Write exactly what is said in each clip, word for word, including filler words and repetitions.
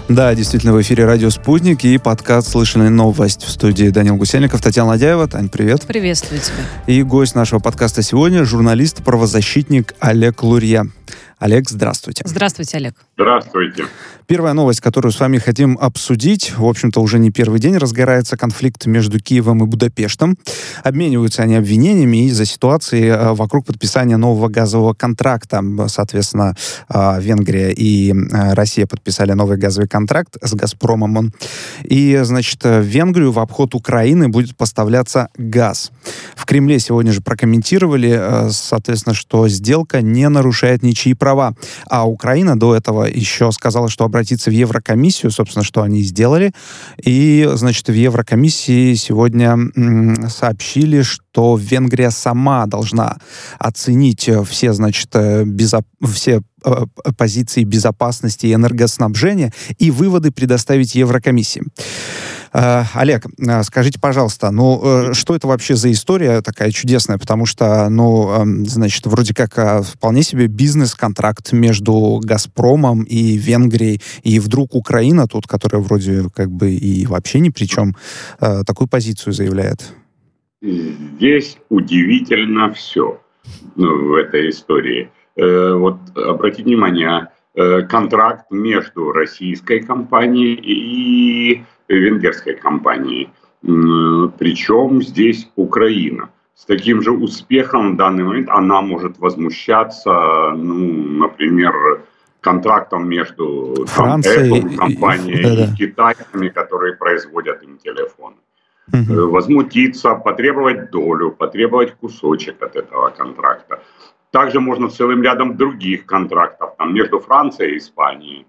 Да, действительно, в эфире радио «Спутник» и подкаст «Слышанная новость». В студии Данил Гусельников, Татьяна Ладяева. Тань, привет. Приветствую тебя. И гость нашего подкаста сегодня — журналист-правозащитник Олег Лурья. Олег, здравствуйте. Здравствуйте, Олег. Здравствуйте. Первая новость, которую с вами хотим обсудить. В общем-то, уже не первый день разгорается конфликт между Киевом и Будапештом. Обмениваются они обвинениями из-за ситуации вокруг подписания нового газового контракта. Соответственно, Венгрия и Россия подписали новый газовый контракт с «Газпромом». И, значит, в Венгрию в обход Украины будет поставляться газ. В Кремле сегодня же прокомментировали, соответственно, что сделка не нарушает ничьи права. А Украина до этого еще сказала, что обратиться в Еврокомиссию, собственно, что они и сделали. И, значит, в Еврокомиссии сегодня м, сообщили, что Венгрия сама должна оценить все, значит, безо... все э, позиции безопасности и энергоснабжения и выводы предоставить Еврокомиссии. Э, Олег, скажите, пожалуйста, ну, э, что это вообще за история такая чудесная? Потому что, ну, э, значит, вроде как э, вполне себе бизнес-контракт между «Газпромом» и Венгрией, и вдруг Украина тут, которая вроде как бы и вообще ни при чем, э, такую позицию заявляет. Здесь удивительно все в этой истории. Э, вот обратите внимание, э, контракт между российской компанией и венгерской компанией. Причем здесь Украина. С таким же успехом в данный момент она может возмущаться, ну, например, контрактом между Францией, там, Apple компанией да, да. и китайцами, которые производят им телефоны. Угу. Возмутиться, потребовать долю, потребовать кусочек от этого контракта. Также можно целым рядом других контрактов там, между Францией и Испанией.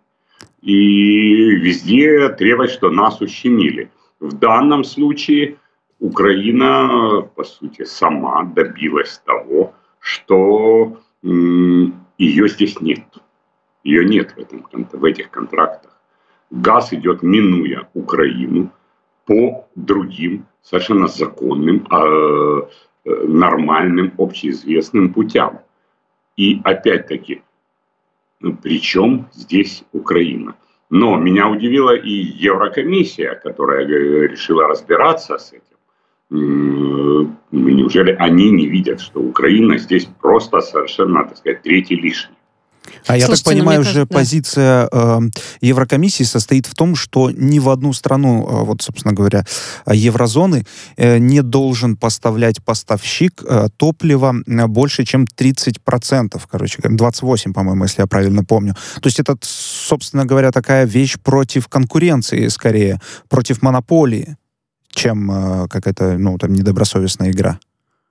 И везде требовать, что нас ущемили. В данном случае Украина, по сути, сама добилась того, что м- ее здесь нет. Ее нет в, этом, в этих контрактах. Газ идет, минуя Украину, по другим, совершенно законным, э- нормальным, общеизвестным путям. И опять-таки, причем здесь Украина. Но меня удивила и Еврокомиссия, которая решила разбираться с этим. Неужели они не видят, что Украина здесь просто совершенно, так сказать, третий лишний? А я Слушайте, так понимаю, ну, уже кажется, да. позиция э, Еврокомиссии состоит в том, что ни в одну страну, э, вот, собственно говоря, еврозоны, э, не должен поставлять поставщик э, топлива больше, чем тридцать процентов, короче, двадцать восемь, по-моему, если я правильно помню. То есть это, собственно говоря, такая вещь против конкуренции, скорее, против монополии, чем э, какая-то, ну, там, недобросовестная игра.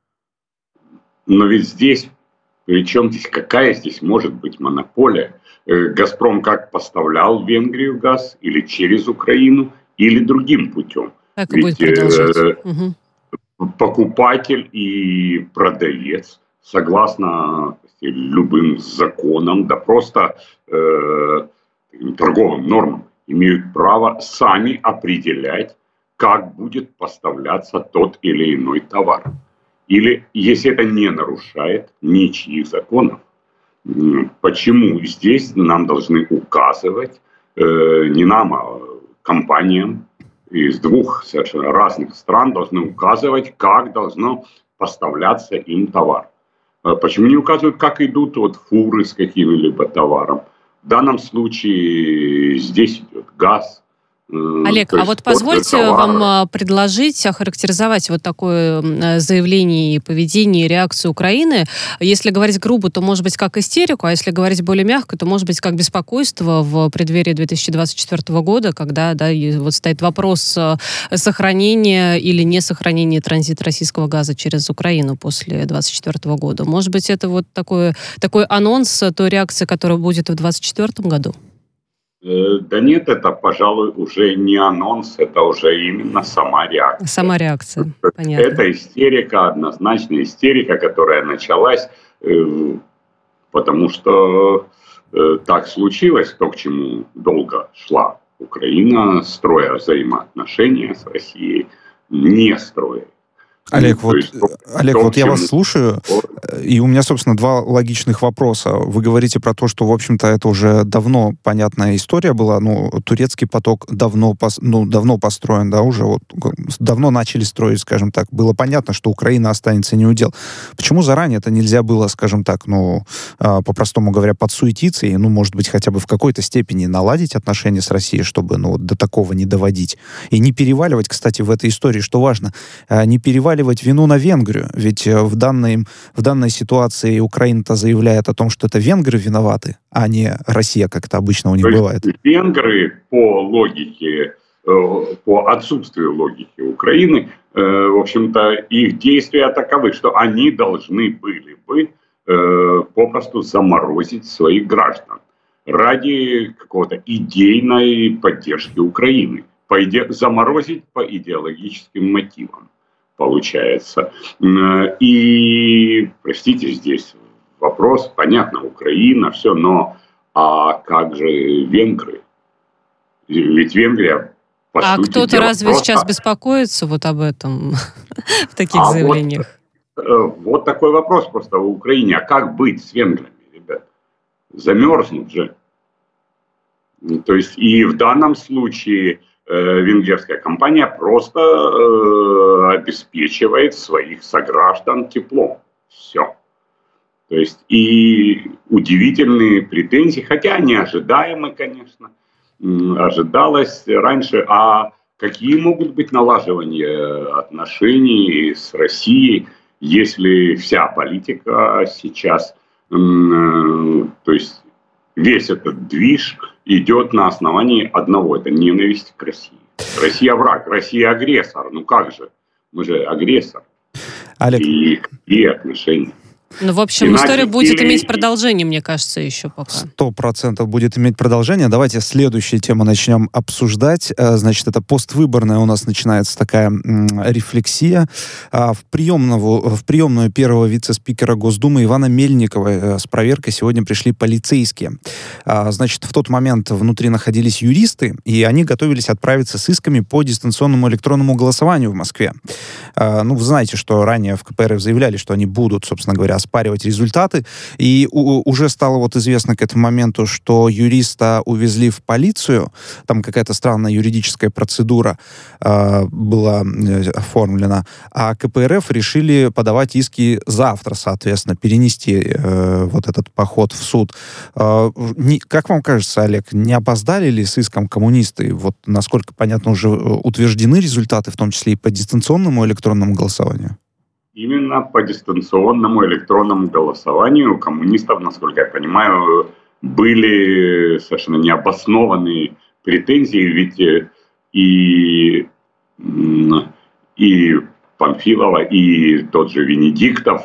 Но ведь здесь... Причем здесь, какая здесь может быть монополия? «Газпром» как поставлял в Венгрию газ? Или через Украину? Или другим путем? Так и будет продолжаться. Угу. Покупатель и продавец, согласно любым законам, да просто э, торговым нормам, имеют право сами определять, как будет поставляться тот или иной товар. Или, если это не нарушает ничьих законов, почему здесь нам должны указывать, э, не нам, а компаниям из двух совершенно разных стран должны указывать, как должно поставляться им товар? Почему не указывают, как идут вот фуры с каким-либо товаром? В данном случае здесь идет газ. Олег, а вот позвольте вам предложить охарактеризовать вот такое заявление и поведение, и реакцию Украины. Если говорить грубо, то, может быть, как истерику, а если говорить более мягко, то, может быть, как беспокойство в преддверии две тысячи двадцать четвёртого года, когда, да, вот стоит вопрос сохранения или не сохранения транзита российского газа через Украину после двадцать четвёртого года. Может быть, это вот такой, такой анонс той реакции, которая будет в двадцать четвёртом году? Да нет, это, пожалуй, уже не анонс, это уже именно сама реакция. Сама реакция, понятно. Это истерика, однозначная истерика, которая началась, потому что так случилось, то, к чему долго шла Украина, строя взаимоотношения с Россией, не строя. Олег, ну, вот, есть, Олег, том, вот я вас слушаю, и у меня, собственно, два логичных вопроса. Вы говорите про то, что, в общем-то, это уже давно понятная история была. Ну, турецкий поток давно, пос, ну, давно построен, да, уже вот давно начали строить, скажем так. Было понятно, что Украина останется неудел. Почему заранее это нельзя было, скажем так, ну, по-простому говоря, подсуетиться и, ну, может быть, хотя бы в какой-то степени наладить отношения с Россией, чтобы, ну, до такого не доводить? И не переваливать, кстати, в этой истории, что важно, не переваливать вину на Венгрию, ведь в данной, в данной ситуации Украина-то заявляет о том, что это венгры виноваты, а не Россия, как это обычно у них То бывает. Есть венгры по логике, по отсутствию логики Украины, в общем-то, их действия таковы, что они должны были бы попросту заморозить своих граждан ради какого-то идейной поддержки Украины, по иде... заморозить по идеологическим мотивам. Получается. И, простите, здесь вопрос, понятно, Украина, все, но а как же венгры? Ведь Венгрия, по а сути кто-то дела, разве просто... сейчас беспокоится вот об этом в таких а заявлениях? Вот, вот такой вопрос просто в Украине. А как быть с венграми, ребят? Замерзнут же. То есть и в данном случае венгерская компания просто э, обеспечивает своих сограждан теплом. Все. То есть и удивительные претензии, хотя они ожидаемы, конечно, ожидалось раньше. А какие могут быть налаживания отношений с Россией, если вся политика сейчас, э, то есть весь этот движ идет на основании одного, это ненависть к России. Россия враг, Россия агрессор. Ну как же? Мы же агрессор. Олег. И какие отношения? Ну, в общем, Иначе история будет иметь продолжение, мне кажется, еще пока. Сто процентов будет иметь продолжение. Давайте следующую тему начнем обсуждать. Значит, это поствыборная у нас начинается такая м, рефлексия. В приемную, в приемную первого вице-спикера Госдумы Ивана Мельникова с проверкой сегодня пришли полицейские. Значит, в тот момент внутри находились юристы, и они готовились отправиться с исками по дистанционному электронному голосованию в Москве. Ну, вы знаете, что ранее в ка пэ эр эф заявляли, что они будут, собственно говоря, оспаривать результаты. И у, уже стало вот известно к этому моменту, что юриста увезли в полицию. Там какая-то странная юридическая процедура э, была э, оформлена. А ка пэ эр эф решили подавать иски завтра, соответственно, перенести э, вот этот поход в суд. Э, не, как вам кажется, Олег, не опоздали ли с иском коммунисты? Вот, насколько понятно, уже утверждены результаты, в том числе и по дистанционному электронному голосованию? Именно по дистанционному электронному голосованию у коммунистов, насколько я понимаю, были совершенно необоснованные претензии, ведь и, и Памфилова, и тот же Венедиктов,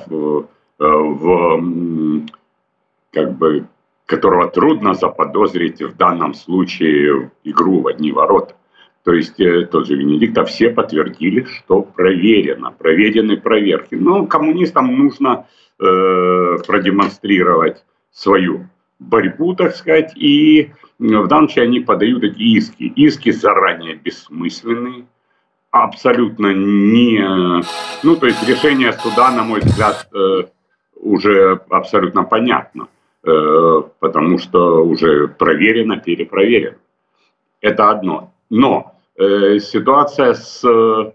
в, как бы, которого трудно заподозрить в данном случае игру в одни ворота. То есть э, тот же Венедиктов, все подтвердили, что проверено, проведены проверки. Но коммунистам нужно э, продемонстрировать свою борьбу, так сказать, и в данном случае они подают эти иски. Иски заранее бессмысленные, абсолютно не... Ну, то есть решение суда, на мой взгляд, э, уже абсолютно понятно, э, потому что уже проверено, перепроверено. Это одно. Но э, ситуация с э,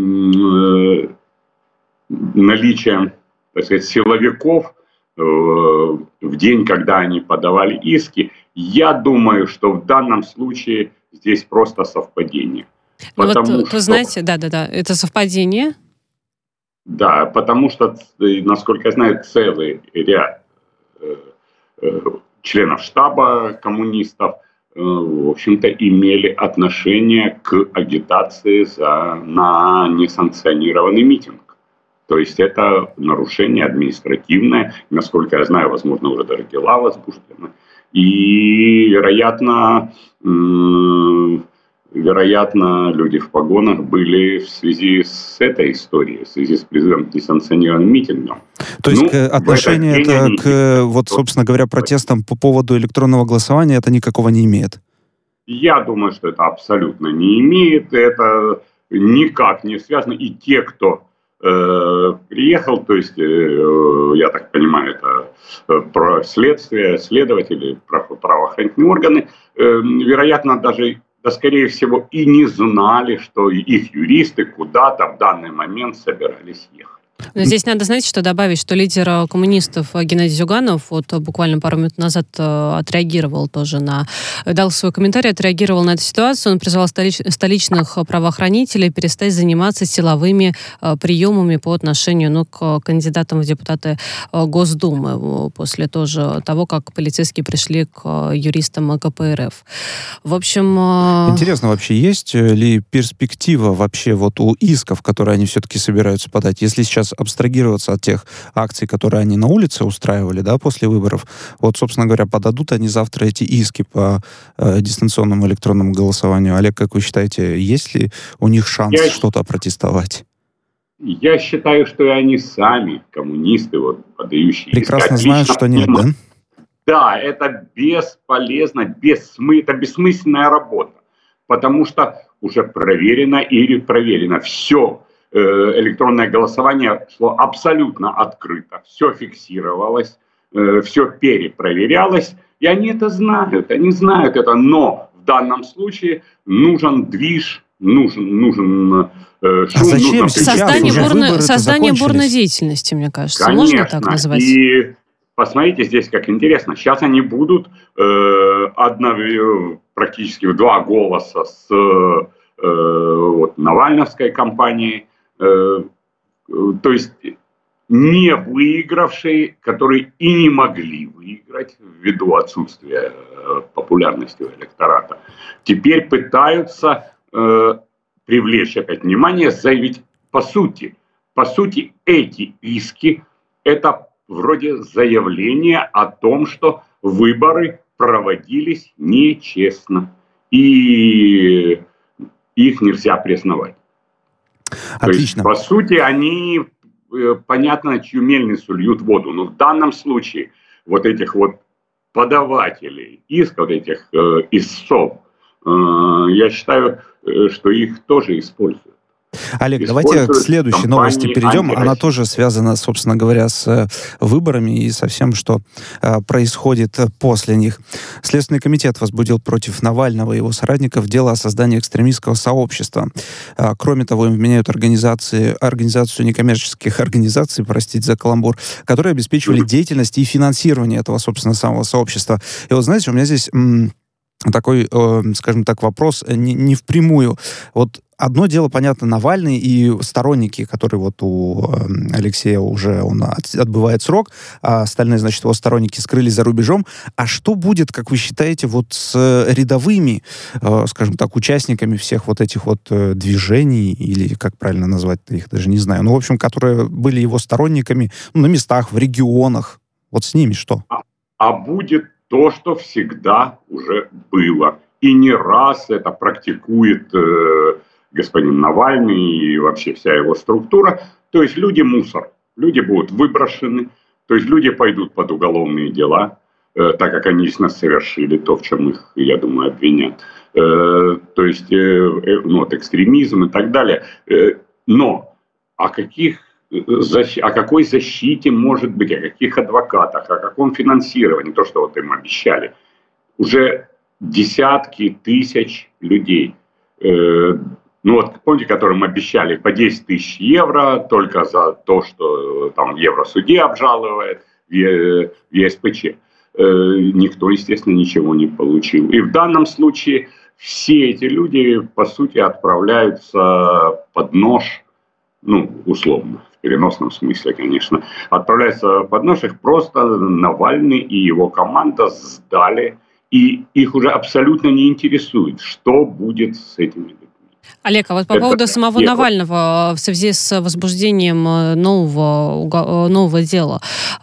наличием, так сказать, силовиков э, в день, когда они подавали иски, я думаю, что в данном случае здесь просто совпадение. Ну вот, что, вы знаете, да-да-да, это совпадение? Да, потому что, насколько я знаю, целый ряд э, э, членов штаба коммунистов в общем-то, имели отношение к агитации за, на несанкционированный митинг. То есть это нарушение административное, насколько я знаю, возможно, уже даже дела возбуждены. И, вероятно, вероятно, люди в погонах были в связи с этой историей, в связи с призывом к несанкционированным митингам. То есть ну, отношение это они... к, вот, собственно говоря, протестам по поводу электронного голосования это никакого не имеет? Я думаю, что это абсолютно не имеет. Это никак не связано. И те, кто э, приехал, то есть, э, я так понимаю, это про следствие, следователи, правоохранительные органы, э, вероятно, даже, да, скорее всего, и не знали, что их юристы куда-то в данный момент собирались ехать. Но здесь надо, знаете, что добавить, что лидер коммунистов Геннадий Зюганов вот буквально пару минут назад отреагировал тоже на... дал свой комментарий, отреагировал на эту ситуацию. Он призвал столич, столичных правоохранителей перестать заниматься силовыми приемами по отношению ну, к кандидатам в депутаты Госдумы после тоже того, как полицейские пришли к юристам ка пэ эр эф. В общем... Интересно, вообще есть ли перспектива вообще вот у исков, которые они все-таки собираются подать? Если сейчас абстрагироваться от тех акций, которые они на улице устраивали, да, после выборов. Вот, собственно говоря, подадут они завтра эти иски по э, дистанционному электронному голосованию. Олег, как вы считаете, есть ли у них шанс я, что-то протестовать? Я считаю, что и они сами, коммунисты, вот, подающие прекрасно иски, знают, что нет, да? Да, это бесполезно, бессмы... это бессмысленная работа, потому что уже проверено или проверено все. Электронное голосование шло абсолютно открыто. Все фиксировалось, все перепроверялось. И они это знают, они знают это. Но в данном случае нужен движ, нужен, нужен э, шум. А зачем нужно... Создание, бурно... Создание бурной деятельности, мне кажется. Конечно. Можно так назвать? И посмотрите здесь, как интересно. Сейчас они будут э, одно, практически в два голоса с э, вот, навальновской кампанией. То есть не выигравшие, которые и не могли выиграть ввиду отсутствия популярности у электората, теперь пытаются э, привлечь опять внимание, заявить по сути. По сути, эти иски – это вроде заявление о том, что выборы проводились нечестно, и их нельзя признавать. Отлично. То есть, по сути, они, понятно, чью мельницу льют воду. Но в данном случае вот этих вот подавателей исков, вот этих э, истцов, э, я считаю, что их тоже используют. Олег, давайте к следующей новости перейдем. Она тоже связана, собственно говоря, с выборами и со всем, что э, происходит после них. Следственный комитет возбудил против Навального и его соратников дело о создании экстремистского сообщества. Э, кроме того, им вменяют организации, организацию некоммерческих организаций, простите за каламбур, которые обеспечивали деятельность и финансирование этого, собственно, самого сообщества. И вот, знаете, у меня здесь м- такой, э, скажем так, вопрос не, не впрямую. Вот одно дело, понятно, Навальный и сторонники, которые вот у э, Алексея уже он от, отбывает срок, а остальные, значит, его сторонники скрылись за рубежом. А что будет, как вы считаете, вот с рядовыми, э, скажем так, участниками всех вот этих вот э, движений, или как правильно назвать-то их, даже не знаю, ну, в общем, которые были его сторонниками ну, на местах, в регионах. Вот с ними что? А, а будет то, что всегда уже было. И не раз это практикует э, господин Навальный и вообще вся его структура. То есть люди мусор. Люди будут выброшены. То есть люди пойдут под уголовные дела, э, так как они действительно совершили то, в чем их, я думаю, обвинят. Э, то есть э, э, ну, вот, экстремизм и так далее. Э, но о каких... о какой защите может быть, о каких адвокатах, о каком финансировании, то, что вот им обещали. Уже десятки тысяч людей. Э, ну вот, помните, которым обещали по десять тысяч евро только за то, что там в Евросуде обжалует, в е эс пэ че. Э, никто, естественно, ничего не получил. И в данном случае все эти люди, по сути, отправляются под нож, ну, условно, в переносном смысле, конечно, отправляются под нож, их просто Навальный и его команда сдали, и их уже абсолютно не интересует, что будет с этими людьми. Олег, а вот по Это поводу самого дело. Навального в связи с возбуждением нового, нового дела,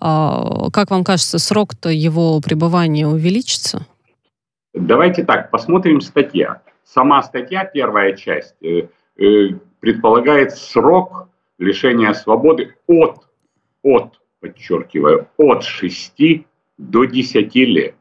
как вам кажется, срок-то его пребывания увеличится? Давайте так, посмотрим статья. Сама статья, первая часть, предполагает срок лишения свободы от, от, подчеркиваю, от шести до десяти лет.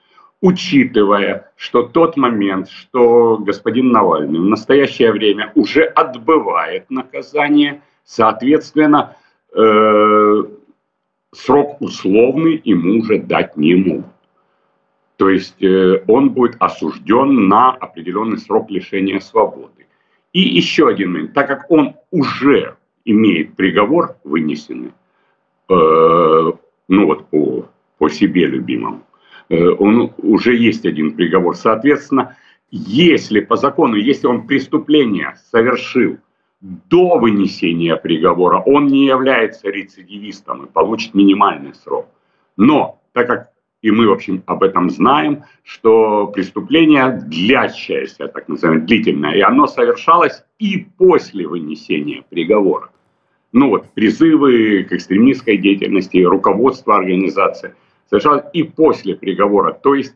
Учитывая, что тот момент, что господин Навальный в настоящее время уже отбывает наказание Соответственно, э, срок условный ему уже дать не могут. То есть э, он будет осужден на определенный срок лишения свободы. И еще один момент. Так как он уже имеет приговор вынесенный, э, ну вот по, по себе любимому, э, он уже есть один приговор. Соответственно, если по закону, если он преступление совершил до вынесения приговора, он не является рецидивистом и получит минимальный срок. Но так как и мы, в общем, об этом знаем, что преступление длящееся, так называемое, длительное, и оно совершалось и после вынесения приговора. Ну вот, призывы к экстремистской деятельности, руководство организации совершалось и после приговора. То есть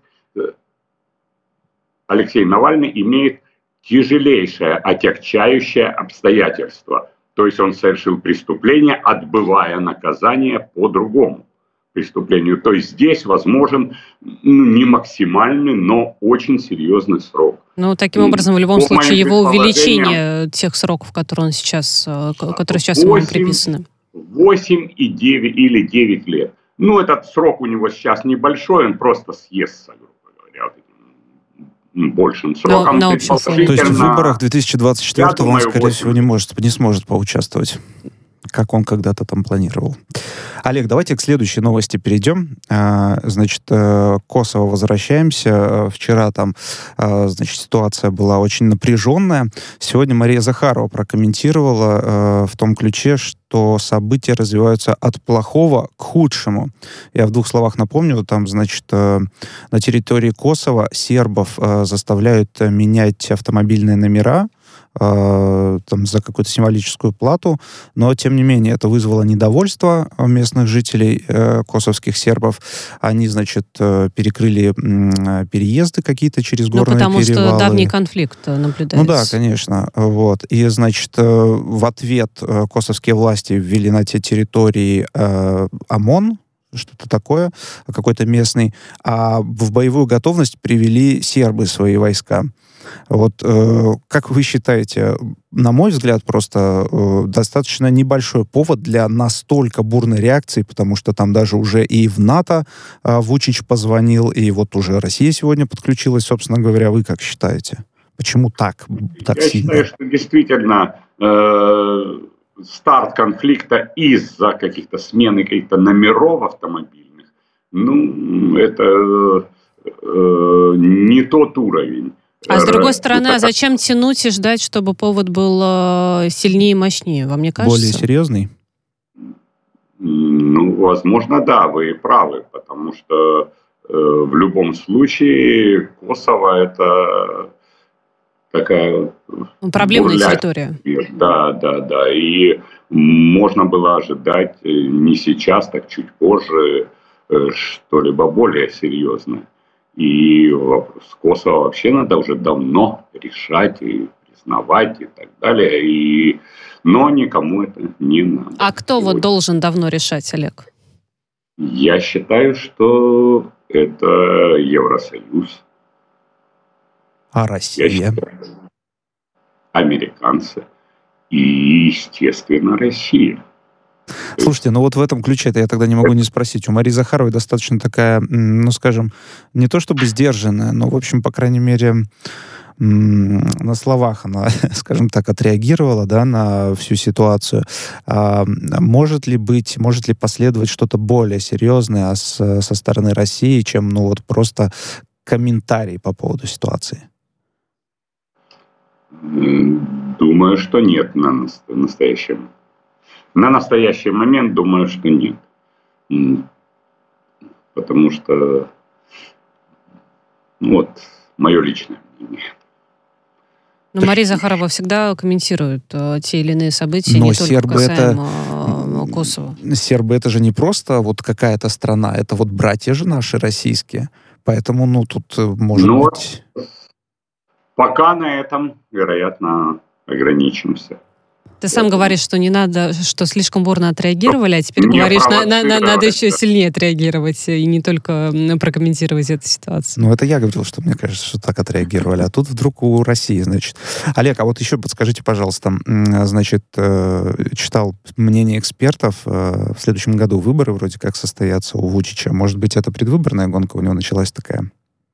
Алексей Навальный имеет тяжелейшее отягчающее обстоятельство. То есть он совершил преступление, отбывая наказание по другому преступлению. То есть здесь возможен ну, не максимальный, но очень серьезный срок. Ну, таким образом, в любом По случае, его увеличение тех сроков, которые он сейчас, которые сейчас ему приписаны. восемь и девять или девять лет. Ну, этот срок у него сейчас небольшой, он просто съестся, грубо говоря, большим сроком. На, на общем фоне. То есть в выборах две тысячи двадцать четвёртого он, скорее восемь всего, не, может, не сможет поучаствовать, как он когда-то там планировал. Олег, давайте к следующей новости перейдем. Значит, Косово возвращаемся. Вчера там, значит, ситуация была очень напряженная. Сегодня Мария Захарова прокомментировала в том ключе, что события развиваются от плохого к худшему. Я в двух словах напомню, там, значит, на территории Косово сербов заставляют менять автомобильные номера, там, за какую-то символическую плату, но, тем не менее, это вызвало недовольство местных жителей, э, косовских сербов. Они, значит, перекрыли э, переезды какие-то через горные перевалы. Ну, потому что давний конфликт наблюдается. Ну да, конечно. Вот. И, значит, э, в ответ э, косовские власти ввели на те территории э, ОМОН, что-то такое, какой-то местный, а в боевую готовность привели сербы свои войска. Вот э, как вы считаете, на мой взгляд, просто э, достаточно небольшой повод для настолько бурной реакции, потому что там даже уже и в НАТО э, Вучич позвонил, и вот уже Россия сегодня подключилась, собственно говоря. Вы как считаете? Почему так, так Я сильно? считаю, что действительно э, старт конфликта из-за каких-то смены каких-то номеров автомобильных, ну, это э, не тот уровень. А с другой стороны, а зачем тянуть и ждать, чтобы повод был э, сильнее и мощнее? Вам не кажется? Более серьезный? Ну, возможно, да, вы правы, потому что э, в любом случае Косово это такая... Проблемная территория. Да, да, да. И можно было ожидать не сейчас, так чуть позже что-либо более серьезное. И вопрос Косово вообще надо уже давно решать и признавать и так далее. И... Но никому это не надо. А кто сегодня вот должен давно решать, Олег? Я считаю, что это Евросоюз. А Россия? Американцы. И, естественно, Россия. Слушайте, ну вот в этом ключе-то я тогда не могу не спросить. У Марии Захаровой достаточно такая, ну, скажем, не то чтобы сдержанная, но, в общем, по крайней мере, на словах она, скажем так, отреагировала, да, на всю ситуацию. А может ли быть, может ли последовать что-то более серьезное с, со стороны России, чем, ну, вот просто комментарий по поводу ситуации? Думаю, что нет на настоящем. На настоящий момент думаю, что нет. Потому что, ну, вот, мое личное мнение. Но Мария Захарова всегда комментирует э, те или иные события, но не только касаемо это, э, Косово. Сербы это же не просто вот какая-то страна, это вот братья же наши российские. Поэтому, ну, тут может но быть... Пока на этом, вероятно, ограничимся. Ты сам говоришь, что не надо, что слишком бурно отреагировали, а теперь не говоришь, на, на, на, надо еще сильнее отреагировать и не только прокомментировать эту ситуацию. Ну, это я говорил, что мне кажется, что так отреагировали, а тут вдруг у России, значит. Олег, а вот еще подскажите, пожалуйста, значит, читал мнение экспертов, в следующем году выборы вроде как состоятся у Вучича. Может быть, это предвыборная гонка у него началась такая?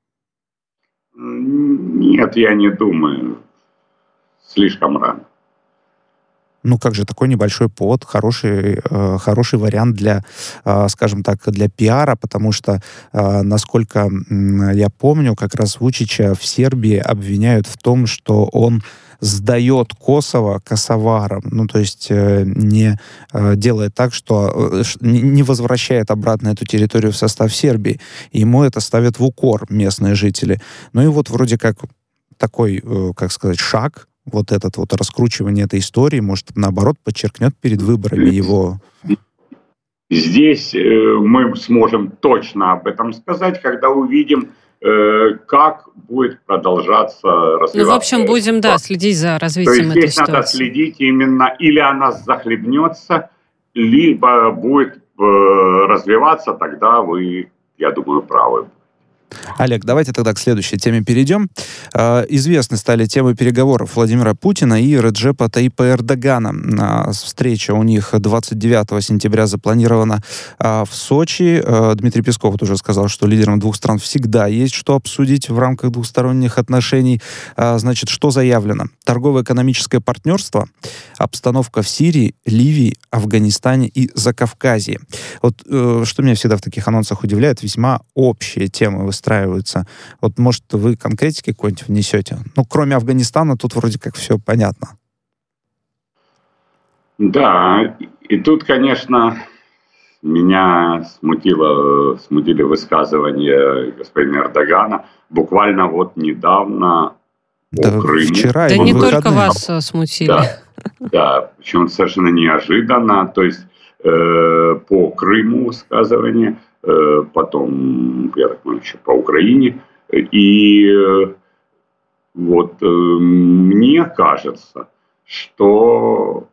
Нет, я не думаю. Слишком рано. Ну, как же, такой небольшой повод, хороший, э, хороший вариант для, э, скажем так, для пиара, потому что, э, насколько э, я помню, как раз Вучича в Сербии обвиняют в том, что он сдает Косово косоварам, ну, то есть э, не э, делает так, что э, не возвращает обратно эту территорию в состав Сербии. И ему это ставят в укор местные жители. Ну и вот вроде как такой, э, как сказать, шаг, вот этот вот раскручивание этой истории, может, наоборот, подчеркнет перед выборами его. Здесь э, мы сможем точно об этом сказать, когда увидим, э, как будет продолжаться развиваться. Ну, в общем, будем, да, следить за развитием этой ситуации. То есть здесь надо следить именно, или она захлебнется, либо будет э, развиваться, тогда вы, я думаю, правы. Олег, давайте тогда к следующей теме перейдем. Э, известны стали темы переговоров Владимира Путина и Реджепа Таyyипа Эрдогана. Э, встреча у них двадцать девятого сентября запланирована э, в Сочи. Э, Дмитрий Песков вот уже сказал, что лидерам двух стран всегда есть что обсудить в рамках двухсторонних отношений. Э, значит, что заявлено? Торгово-экономическое партнерство, обстановка в Сирии, Ливии, Афганистане и Закавказье. Вот э, что меня всегда в таких анонсах удивляет, весьма общие темы выстраиваются. Вот, может, вы конкретики какой-нибудь внесете? Ну, кроме Афганистана, тут вроде как все понятно. Да, и тут, конечно, меня смутило, смутили высказывания господина Эрдогана буквально вот недавно да, о Крыму. Вчера да не выходные. Только вас смутили. Да, да, причем совершенно неожиданно. То есть э, по Крыму высказывания, потом, я так понимаю, еще по Украине. И вот мне кажется, что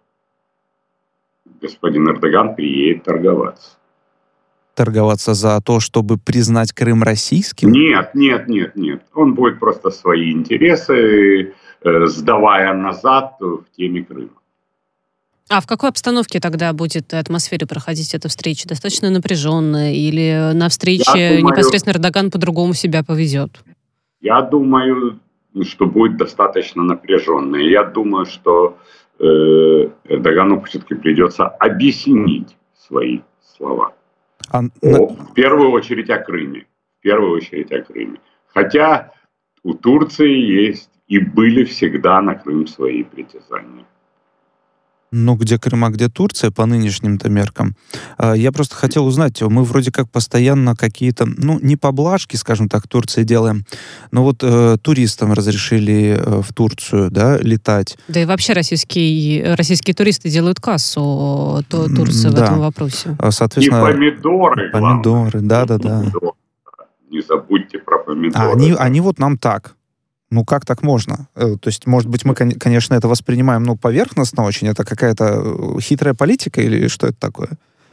господин Эрдоган приедет торговаться. Торговаться за то, чтобы признать Крым российским? Нет, нет, нет, нет. Он будет просто свои интересы, сдавая назад в теме Крыма. А в какой обстановке тогда будет атмосфере проходить эта встреча? Достаточно напряженная? Или на встрече думаю, непосредственно Эрдоган по-другому себя поведет? Я думаю, что будет достаточно напряженная. Я думаю, что э, Эрдогану все-таки придется объяснить свои слова. А, о, на... В первую очередь о Крыме. В первую очередь о Крыме. Хотя у Турции есть и были всегда на Крым свои притязания. Ну, где Крым, а где Турция по нынешним-то меркам. Я просто хотел узнать, мы вроде как постоянно какие-то, ну, не поблажки, скажем так, Турции делаем, но вот э, туристам разрешили э, в Турцию, да, летать. Да и вообще российские, российские туристы делают кассу то, Турции да. в этом вопросе. Соответственно, и помидоры, помидоры, да-да-да. Не забудьте про помидоры. А они, они вот нам так. Ну, как так можно? То есть, может быть, мы, конечно, это воспринимаем, ну, поверхностно очень. Это какая-то хитрая политика или что это такое?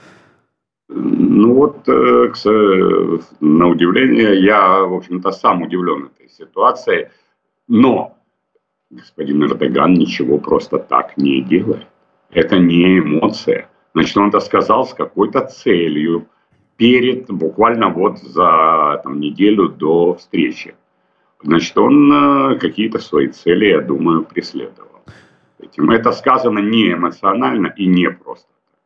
Ну, вот, на удивление, я, в общем-то, сам удивлен этой ситуацией. Но господин Эрдоган ничего просто так не делает. Это не эмоция. Значит, он это сказал с какой-то целью перед, буквально вот за там, неделю до встречи. Значит, он э, какие-то свои цели, я думаю, преследовал. Этим. Это сказано не эмоционально и не просто.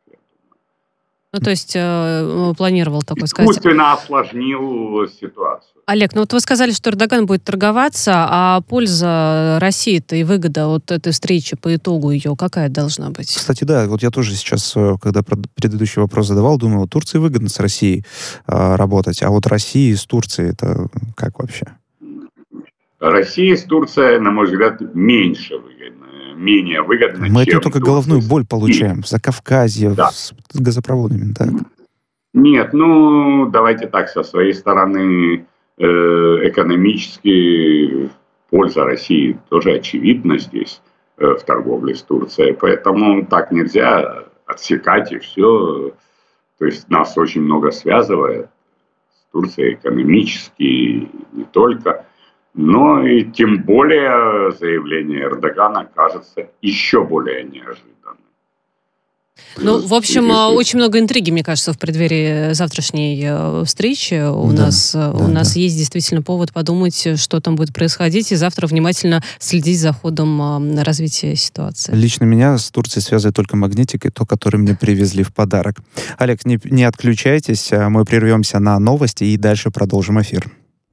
Ну, то есть э, планировал такой сказать. Искусственно осложнил ситуацию. Олег, ну вот вы сказали, что Эрдоган будет торговаться, а польза России-то и выгода от этой встречи по итогу ее какая должна быть? Кстати, да, вот я тоже сейчас, когда предыдущий вопрос задавал, думал, Турции выгодно с Россией э, работать, а вот России с Турцией это как вообще? Россия с Турцией, на мой взгляд, меньше выгодна, менее выгодна, Мы чем от только Турция. Головную боль получаем. За Закавказье, да. с газопроводами. Так. Нет, ну, давайте так, со своей стороны, э, экономически польза России тоже очевидна здесь. в торговле с Турцией. Поэтому так нельзя отсекать и все. То есть нас очень много связывает с Турцией экономически, не только. Но и тем более заявление Эрдогана кажется еще более неожиданным. Ну, в общем, очень много интриги, мне кажется, в преддверии завтрашней встречи. У, да, нас, да, у нас да. есть действительно повод подумать, что там будет происходить, и завтра внимательно следить за ходом развития ситуации. Лично меня с Турцией связывает только магнитик и то, который мне привезли в подарок. Олег, не, не отключайтесь, мы прервемся на новости и дальше продолжим эфир.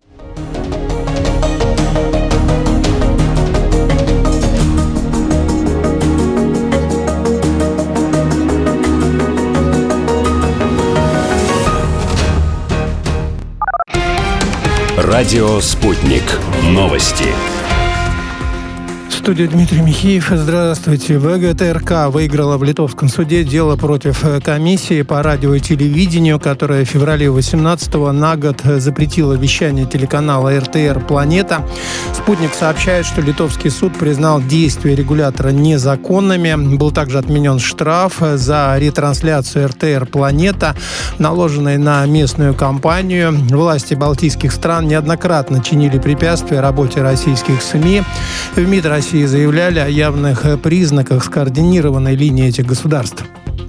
Радио «Спутник». Новости. В студии Дмитрий Михеев. Здравствуйте. ВГТРК выиграла в литовском суде дело против комиссии по радио и телевидению, которая в феврале восемнадцатого на год запретила вещание телеканала эр тэ эр «Планета». «Спутник» сообщает, что литовский суд признал действия регулятора незаконными. Был также отменен штраф за ретрансляцию эр тэ эр «Планета», наложенный на местную компанию. Власти балтийских стран неоднократно чинили препятствия работе российских СМИ. В МИД России заявляли о явных признаках скоординированной линии этих государств.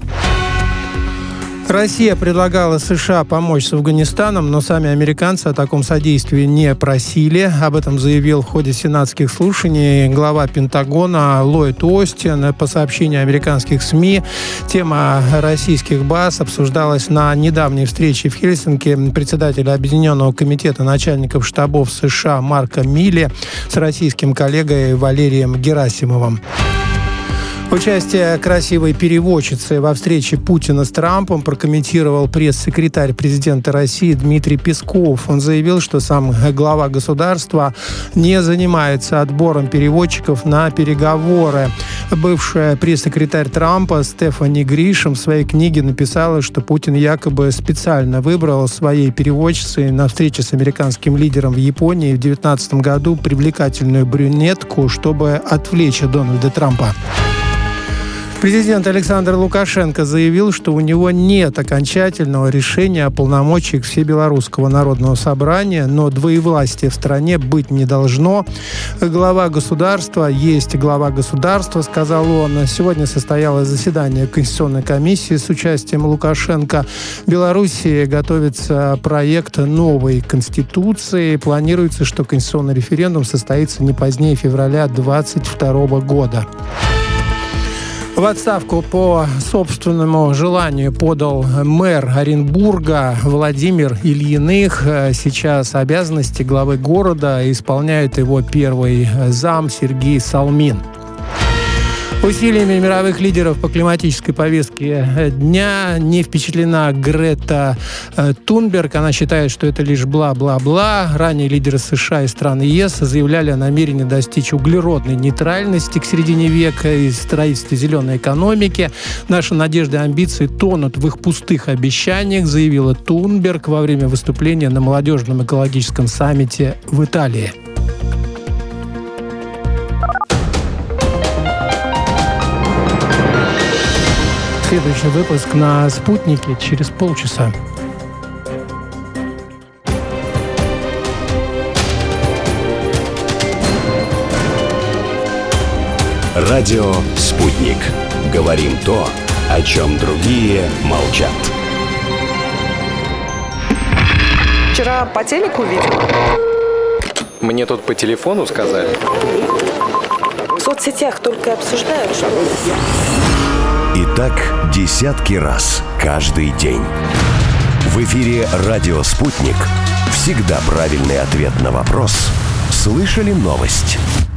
Россия предлагала США помочь с Афганистаном, но сами американцы о таком содействии не просили. Об этом заявил в ходе сенатских слушаний глава Пентагона Ллойд Остин. По сообщению американских СМИ, тема российских баз обсуждалась на недавней встрече в Хельсинки председателя Объединенного комитета начальников штабов США Марка Милли с российским коллегой Валерием Герасимовым. Участие красивой переводчицы во встрече Путина с Трампом прокомментировал пресс-секретарь президента России Дмитрий Песков. Он заявил, что сам глава государства не занимается отбором переводчиков на переговоры. Бывшая пресс-секретарь Трампа Стефани Гришем в своей книге написала, что Путин якобы специально выбрал своей переводчицей на встрече с американским лидером в Японии в две тысячи девятнадцатом году привлекательную брюнетку, чтобы отвлечь Дональда Трампа. Президент Александр Лукашенко заявил, что у него нет окончательного решения о полномочиях Всебелорусского народного собрания, но двоевластия в стране быть не должно. Глава государства есть глава государства, сказал он. Сегодня состоялось заседание Конституционной комиссии с участием Лукашенко. В Белоруссии готовится проект новой конституции. Планируется, что конституционный референдум состоится не позднее февраля две тысячи двадцать второго года. В отставку по собственному желанию подал мэр Оренбурга Владимир Ильиных. Сейчас обязанности главы города исполняет его первый зам Сергей Салмин. Усилиями мировых лидеров по климатической повестке дня не впечатлена Грета Тунберг. Она считает, что это лишь бла-бла-бла. Ранее лидеры США и стран ЕС заявляли о намерении достичь углеродной нейтральности к середине века и строительстве зеленой экономики. Наши надежды и амбиции тонут в их пустых обещаниях, заявила Тунберг во время выступления на молодежном экологическом саммите в Италии. Следующий выпуск на «Спутнике» через полчаса. Радио «Спутник». Говорим то, о чем другие молчат. Вчера по телеку видел. Мне тут по телефону сказали. В соцсетях только обсуждают, что... И так десятки раз каждый день. В эфире «Радио Спутник». Всегда правильный ответ на вопрос. Слышали новость?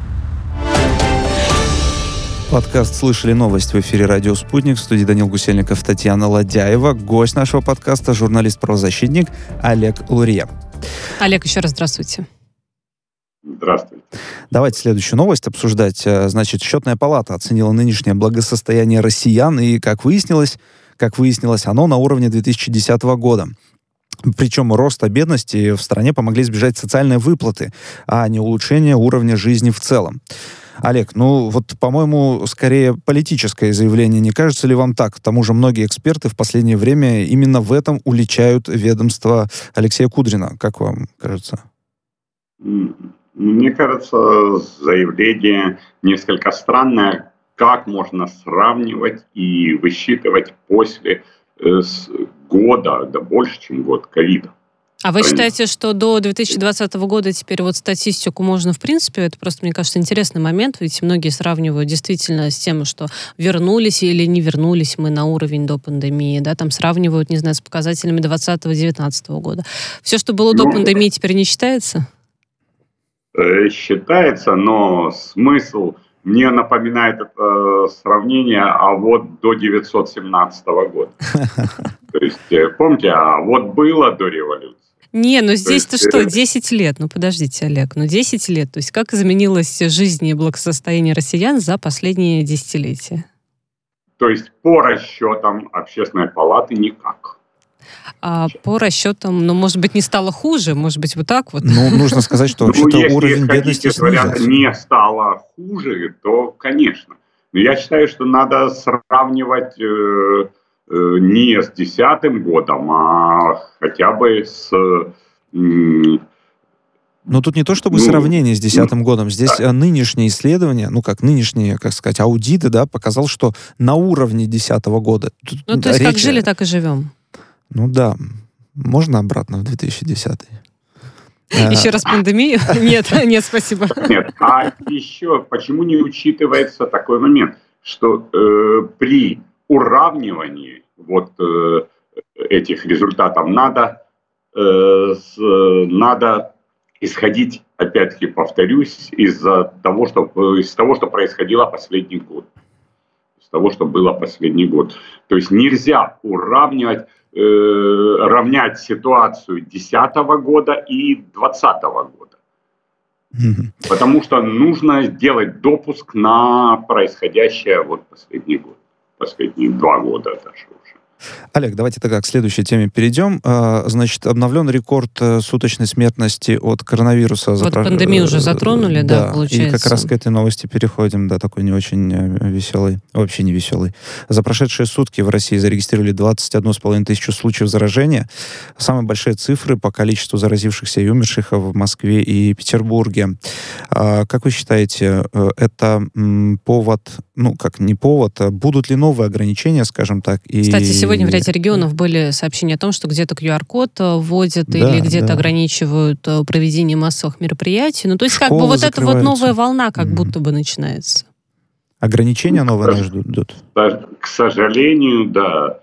Подкаст «Слышали новость» в эфире «Радио Спутник». В студии Данил Гусельников, Татьяна Ладяева. Гость нашего подкаста — журналист-правозащитник Олег Лурье. Олег, еще раз здравствуйте. Здравствуйте. Давайте следующую новость обсуждать. Значит, Счетная палата оценила нынешнее благосостояние россиян, и, как выяснилось, как выяснилось, оно на уровне две тысячи десятого года. Причем роста бедности в стране помогли избежать социальные выплаты, а не улучшение уровня жизни в целом. Олег, ну вот, по-моему, скорее политическое заявление. Не кажется ли вам так? К тому же многие эксперты в последнее время именно в этом уличают ведомство Алексея Кудрина. Как вам кажется? Мне кажется, заявление несколько странное. Как можно сравнивать и высчитывать после э, с года, да больше, чем год, ковида? А вы считаете, что до две тысячи двадцатого года теперь вот статистику можно в принципе? Это просто, мне кажется, интересный момент, ведь многие сравнивают действительно с тем, что вернулись или не вернулись мы на уровень до пандемии, да, там сравнивают, не знаю, с показателями двадцатого-девятнадцатого года. Все, что было до ну, пандемии, теперь не считается? Э, считается, но смысл мне напоминает это сравнение, а вот до девятьсот семнадцатого года. То есть, помните, а вот было до революции. Не, ну здесь-то что, десять лет? Ну подождите, Олег, ну десять лет. То есть как изменилась жизнь и благосостояние россиян за последние десятилетия? То есть по расчетам Общественной палаты никак. А по расчетам, ну, может быть, не стало хуже, может быть, вот так вот? Ну, нужно сказать, что вообще-то ну, уровень бедности снизился. Если не стало хуже, то, конечно. Но я считаю, что надо сравнивать... Э, не с десятым годом, а хотя бы с... Но тут не то чтобы ну, сравнение с десятым годом. Здесь да. нынешнее исследование, ну как нынешние, как сказать, аудиты, да, показал, что на уровне десятого года. Тут ну то есть речь... как жили, так и живем. Ну да. Можно обратно в две тысячи десятый? Еще раз пандемию? Нет, нет, спасибо. Нет, а еще почему не учитывается такой момент, что э, при уравнивании вот э, этих результатов надо, э, с, надо исходить, опять-таки повторюсь, из-за того, что, из того, что происходило последний год. Из того, что было последний год. То есть нельзя уравнивать, э, равнять ситуацию десятого года и двадцатого года. Mm-hmm. Потому что нужно делать допуск на происходящее вот последний год. Последние два года даже уже. Олег, давайте тогда к следующей теме перейдем. Значит, обновлен рекорд суточной смертности от коронавируса. Вот Запро... пандемию уже затронули, да, да, получается. И как раз к этой новости переходим, да, такой не очень веселый, вообще не веселый. За прошедшие сутки в России зарегистрировали двадцать одну с половиной тысячу случаев заражения. Самые большие цифры по количеству заразившихся и умерших в Москве и Петербурге. Как вы считаете, это повод, ну, как не повод, а будут ли новые ограничения, скажем так? И... Кстати, сегодня в ряде регионов были сообщения о том, что где-то ку ар код вводят да, или где-то да. ограничивают проведение массовых мероприятий. Ну, то есть, Школы как бы вот эта вот новая волна как mm-hmm. будто бы начинается. Ограничения новые нас ждут? К сожалению, да.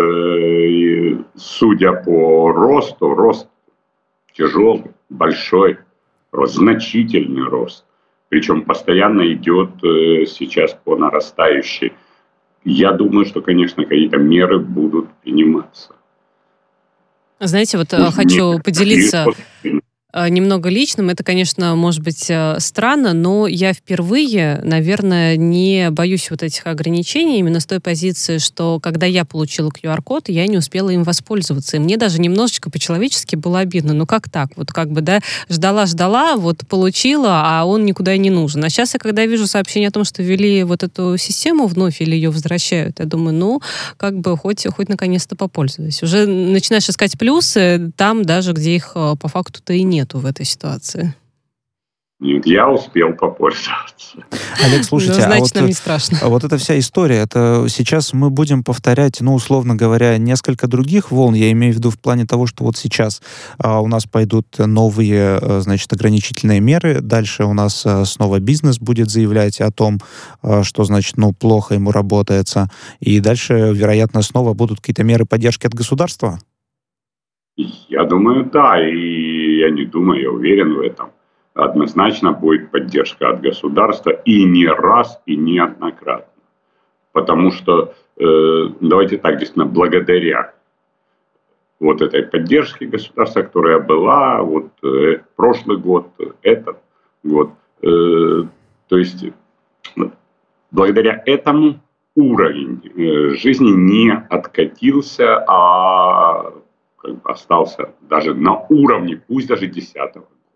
Судя по росту, рост тяжелый, большой, рост, значительный рост. Причем постоянно идет сейчас по нарастающей. Я думаю, что, конечно, какие-то меры будут приниматься. Знаете, вот Пусть хочу нет, поделиться немного личным. Это, конечно, может быть странно, но я впервые, наверное, не боюсь вот этих ограничений именно с той позиции, что когда я получила ку ар код, я не успела им воспользоваться. И мне даже немножечко по-человечески было обидно. Ну как так? Вот как бы, да, ждала-ждала, вот получила, а он никуда и не нужен. А сейчас я, когда вижу сообщение о том, что ввели вот эту систему вновь или ее возвращают, я думаю, ну, как бы хоть, хоть наконец-то попользуюсь. Уже начинаешь искать плюсы там даже, где их по факту-то и нет в этой ситуации. Нет, я успел попользоваться. Олег, слушайте, ну, значит, а вот, нам не страшно. А вот эта вся история, это сейчас мы будем повторять, ну, условно говоря, несколько других волн, я имею в виду в плане того, что вот сейчас а, у нас пойдут новые, значит, ограничительные меры, дальше у нас а, снова бизнес будет заявлять о том, а, что, значит, ну, плохо ему работается, и дальше, вероятно, снова будут какие-то меры поддержки от государства? Я думаю, да, и я не думаю, я уверен в этом. Однозначно будет поддержка от государства и не раз, и неоднократно. Потому что, э, давайте так, действительно, благодаря вот этой поддержке государства, которая была вот э, прошлый год, этот год, э, то есть благодаря этому уровень э, жизни не откатился, а остался даже на уровне, пусть даже десятого года.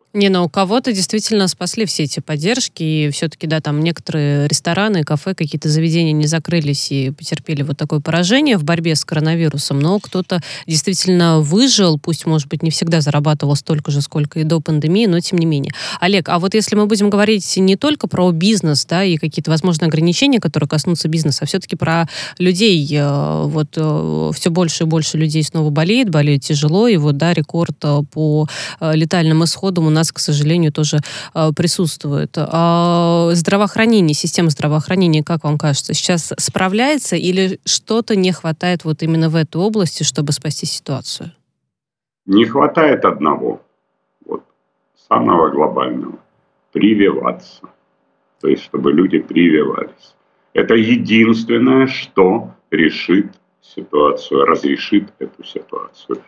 Не, ну у кого-то действительно спасли все эти поддержки, и все-таки, да, там некоторые рестораны, кафе, какие-то заведения не закрылись и потерпели вот такое поражение в борьбе с коронавирусом, но кто-то действительно выжил, пусть, может быть, не всегда зарабатывал столько же, сколько и до пандемии, но тем не менее. Олег, а вот если мы будем говорить не только про бизнес, да, и какие-то возможные ограничения, которые коснутся бизнеса, а все-таки про людей, вот все больше и больше людей снова болеет, болеет тяжело, и вот, да, рекорд по летальным исходам у нас, к сожалению, тоже э, присутствует. А здравоохранение, система здравоохранения, как вам кажется, сейчас справляется или что-то не хватает вот именно в этой области, чтобы спасти ситуацию? Не хватает одного, вот, самого глобального – прививаться. То есть, чтобы люди прививались. Это единственное, что решит ситуацию, разрешит эту ситуацию.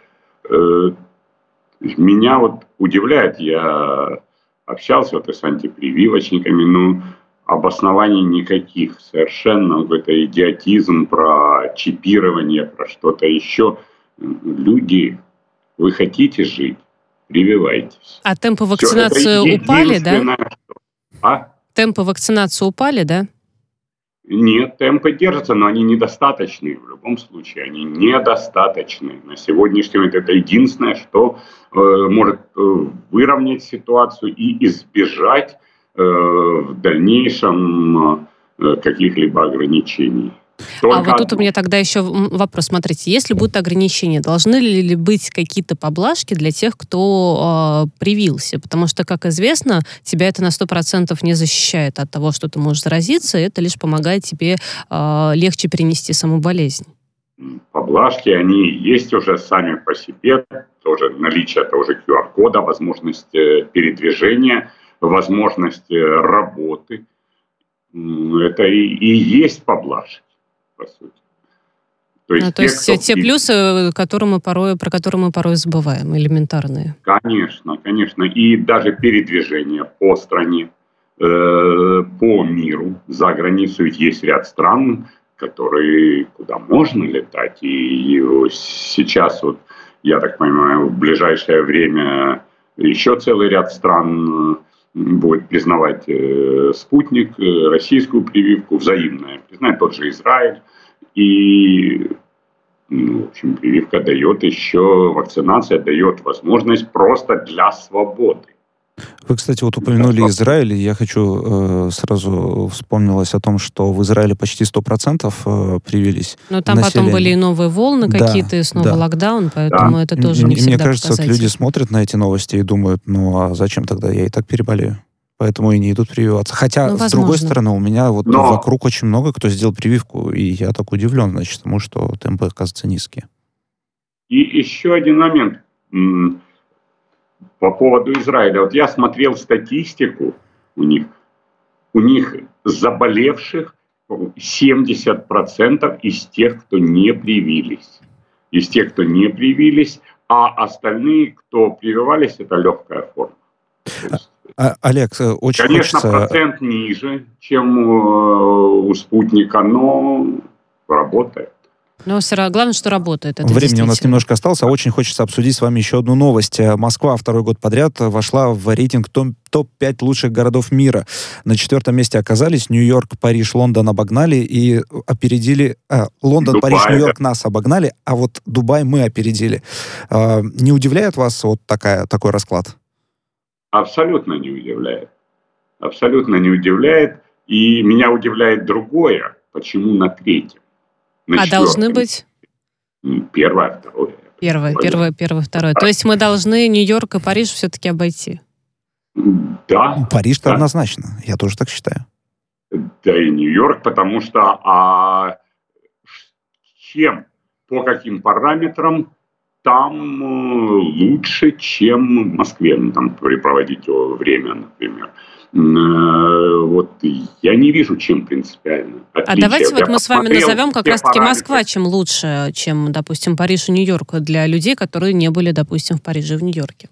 Меня вот удивляет, я общался вот с антипрививочниками, но обоснований никаких, совершенно какой-то идиотизм про чипирование, про что-то еще. Люди, вы хотите жить, прививайтесь. А темпы вакцинации упали, да? Что... А? Темпы вакцинации упали, да? Нет, темпы держатся, но они недостаточны. В любом случае, они недостаточны. На сегодняшний момент это единственное, что э, может э, выровнять ситуацию и избежать э, в дальнейшем э, каких-либо ограничений. Только а вот тут у меня тогда еще вопрос. Смотрите, если будут ограничения, должны ли быть какие-то поблажки для тех, кто э, привился? Потому что, как известно, тебя это на сто процентов не защищает от того, что ты можешь заразиться, это лишь помогает тебе э, легче перенести саму болезнь. Поблажки, они есть уже сами по себе. Тоже наличие того же ку ар-кода, возможность передвижения, возможность работы. Это и, и есть поблажки. По сути. То есть, а, то есть те, те плюсы, которые мы порой, про которые мы порой забываем, элементарные. Конечно, конечно. И даже передвижение по стране, э, по миру, за границу. Ведь есть ряд стран, которые, куда можно летать. И, и сейчас, вот, я так понимаю, в ближайшее время еще целый ряд стран будет признавать э, спутник, э, российскую прививку, взаимная. Признает тот же Израиль. И, ну, в общем, прививка дает еще, вакцинация дает возможность просто для свободы. Вы, кстати, вот упомянули Израиль, и я хочу, э, сразу вспомнилось о том, что в Израиле почти сто процентов э, привились. Но там населения. Потом были и новые волны какие-то, и снова да. локдаун, поэтому да. это тоже не всегда Мне кажется, вот люди смотрят на эти новости и думают, ну а зачем тогда, я и так переболею. Поэтому и не идут прививаться. Хотя, ну, с другой стороны, у меня вот Но... вокруг очень много кто сделал прививку, и я так удивлен, значит, тому, что темпы, оказывается, низкие. И еще один момент по поводу Израиля. Вот я смотрел статистику у них. У них заболевших семьдесят процентов из тех, кто не привились. Из тех, кто не привились, а остальные, кто прививались, это легкая форма. А, Олег, очень Конечно, хочется... процент ниже, чем у спутника, но работает. Но все равно, главное, что работает. Это Времени у нас немножко осталось, а очень хочется обсудить с вами еще одну новость. Москва второй год подряд вошла в рейтинг топ пять лучших городов мира. На четвертом месте оказались Нью-Йорк, Париж, Лондон обогнали и опередили... А, Лондон, Дубай, Париж, Нью-Йорк да. нас обогнали, а вот Дубай мы опередили. А, не удивляет вас вот такая, такой расклад? Абсолютно не удивляет. Абсолютно не удивляет. И меня удивляет другое. Почему на третьем? На а четвертом? Должны быть? Первое, второе. Первое, первое, первое, второе. Да. То есть мы должны Нью-Йорк и Париж все-таки обойти? Да. Париж-то да. однозначно. Я тоже так считаю. Да и Нью-Йорк, потому что а, чем, по каким параметрам там лучше, чем в Москве, ну, там проводить время, например. Вот я не вижу, чем принципиально отличие. А давайте вот я мы с вами назовем как раз-таки параметры. Москва чем лучше, чем, допустим, Париж и Нью-Йорк для людей, которые не были, допустим, в Париже и в Нью-Йорке.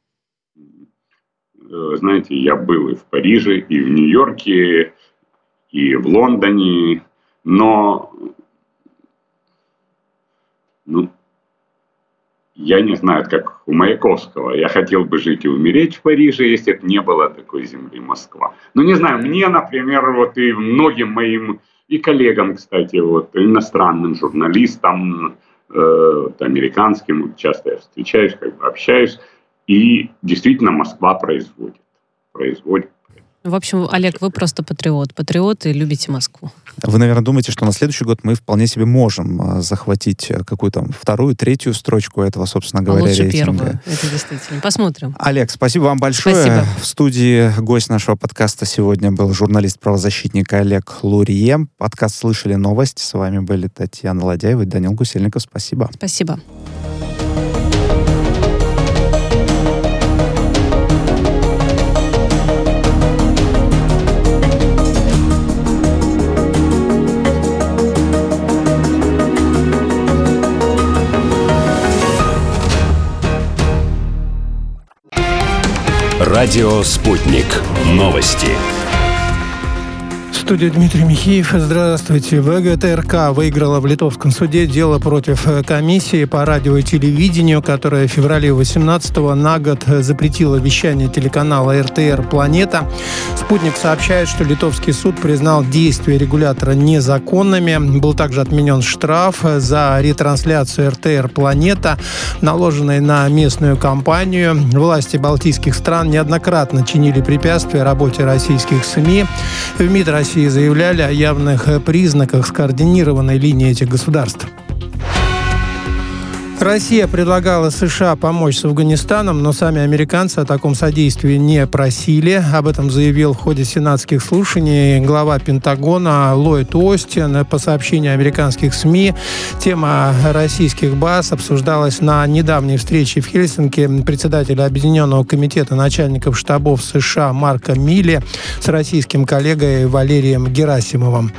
Знаете, я был и в Париже, и в Нью-Йорке, и в Лондоне, но ну, я не знаю, как у Маяковского. Я хотел бы жить и умереть в Париже, если бы не было такой земли Москва. Ну, не знаю, мне, например, вот и многим моим и коллегам, кстати, вот иностранным журналистам, э, американским, часто я встречаюсь, как бы общаюсь, и действительно Москва производит, производит. В общем, Олег, вы просто патриот. Патриот и любите Москву. Вы, наверное, думаете, что на следующий год мы вполне себе можем захватить какую-то вторую, третью строчку этого, собственно говоря, а лучше рейтинга. Первую. Это действительно. Посмотрим. Олег, спасибо вам большое. Спасибо. В студии гость нашего подкаста сегодня был журналист-правозащитник Олег Лурье. Подкаст «Слышали новость». С вами были Татьяна Ладяева и Данил Гусельников. Спасибо. Спасибо. Радио «Спутник». Новости. В студии Дмитрий Михеев. Здравствуйте. ВГТРК выиграла в литовском суде дело против комиссии по радио и телевидению, которая в феврале восемнадцатого на год запретила вещание телеканала эр тэ эр «Планета». «Спутник» сообщает, что литовский суд признал действия регулятора незаконными. Был также отменен штраф за ретрансляцию эр тэ эр «Планета», наложенный на местную компанию. Власти балтийских стран неоднократно чинили препятствия работе российских СМИ. В МИД России заявляли о явных признаках скоординированной линии этих государств. Россия предлагала США помочь с Афганистаном, но сами американцы о таком содействии не просили. Об этом заявил в ходе сенатских слушаний глава Пентагона Ллойд Остин. По сообщению американских СМИ, тема российских баз обсуждалась на недавней встрече в Хельсинки председателя Объединенного комитета начальников штабов США Марка Милли с российским коллегой Валерием Герасимовым.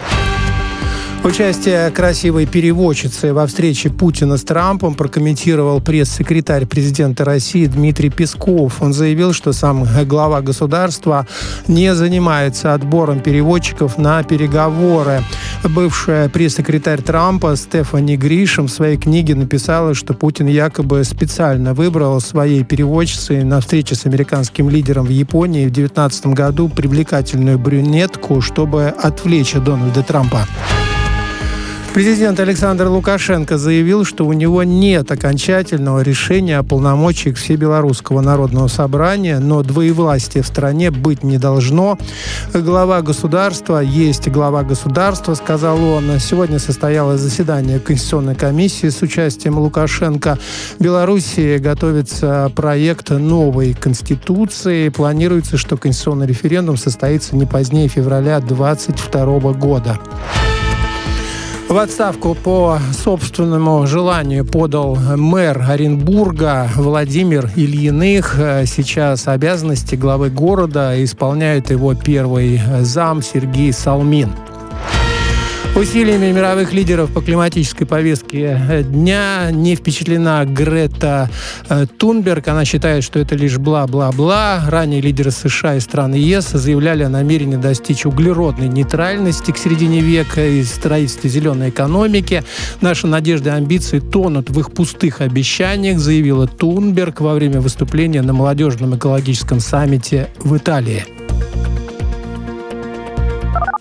Участие красивой переводчицы во встрече Путина с Трампом прокомментировал пресс-секретарь президента России Дмитрий Песков. Он заявил, что сам глава государства не занимается отбором переводчиков на переговоры. Бывшая пресс-секретарь Трампа Стефани Гришем в своей книге написала, что Путин якобы специально выбрал своей переводчицей на встрече с американским лидером в Японии в две тысячи девятнадцатом году привлекательную брюнетку, чтобы отвлечь Дональда Трампа. Президент Александр Лукашенко заявил, что у него нет окончательного решения о полномочиях Всебелорусского народного собрания, но двоевластия в стране быть не должно. Глава государства есть глава государства, сказал он. Сегодня состоялось заседание Конституционной комиссии с участием Лукашенко. В Белоруссии готовится проект новой конституции. Планируется, что конституционный референдум состоится не позднее февраля двадцать второго года. В отставку по собственному желанию подал мэр Оренбурга Владимир Ильиных. Сейчас обязанности главы города исполняет его первый зам Сергей Салмин. Усилиями мировых лидеров по климатической повестке дня не впечатлена Грета Тунберг. Она считает, что это лишь бла-бла-бла. Ранее лидеры США и стран ЕС заявляли о намерении достичь углеродной нейтральности к середине века и строительстве зеленой экономики. Наши надежды и амбиции тонут в их пустых обещаниях, заявила Тунберг во время выступления на молодежном экологическом саммите в Италии.